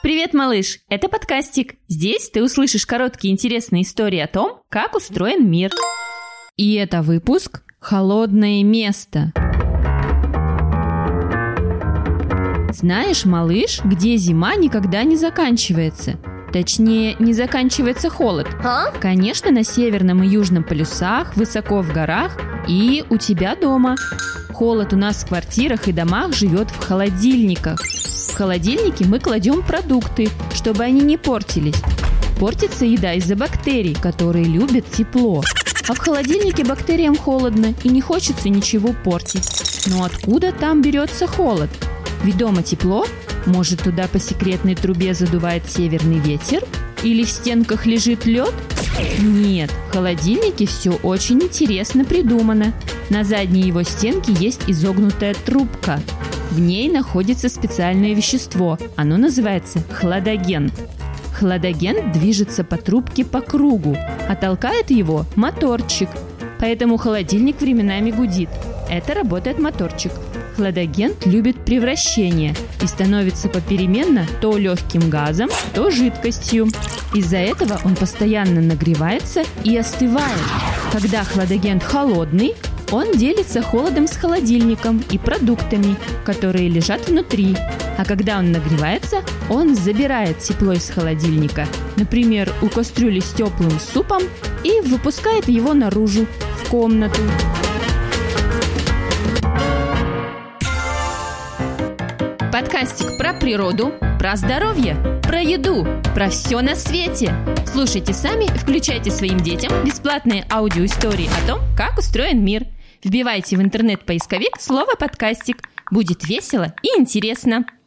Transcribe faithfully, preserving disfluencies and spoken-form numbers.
Привет, малыш! Это подкастик. Здесь ты услышишь короткие интересные истории о том, как устроен мир. И это выпуск «Холодное место». Знаешь, малыш, где зима никогда не заканчивается? Точнее, не заканчивается холод. А? Конечно, на северном и южном полюсах, высоко в горах и у тебя дома. Холод у нас в квартирах и домах живет в холодильниках. В холодильнике мы кладем продукты, чтобы они не портились. Портится еда из-за бактерий, которые любят тепло. А в холодильнике бактериям холодно и не хочется ничего портить. Но откуда там берется холод? Ведь дома тепло? Может, туда по секретной трубе задувает северный ветер? Или в стенках лежит лед? Нет, в холодильнике все очень интересно придумано. На задней его стенке есть изогнутая трубка. В ней находится специальное вещество. Оно называется хладагент. Хладагент движется по трубке по кругу, а толкает его моторчик. Поэтому холодильник временами гудит. Это работает моторчик. Хладагент любит превращение и становится попеременно то легким газом, то жидкостью. Из-за этого он постоянно нагревается и остывает. Когда хладагент холодный, он делится холодом с холодильником и продуктами, которые лежат внутри. А когда он нагревается, он забирает тепло из холодильника, например, у кастрюли с теплым супом, и выпускает его наружу, в комнату. Подкастик про природу, про здоровье, про еду, про все на свете. Слушайте сами, включайте своим детям бесплатные аудиоистории о том, как устроен мир. Вбивайте в интернет-поисковик слово «подкастик». Будет весело и интересно.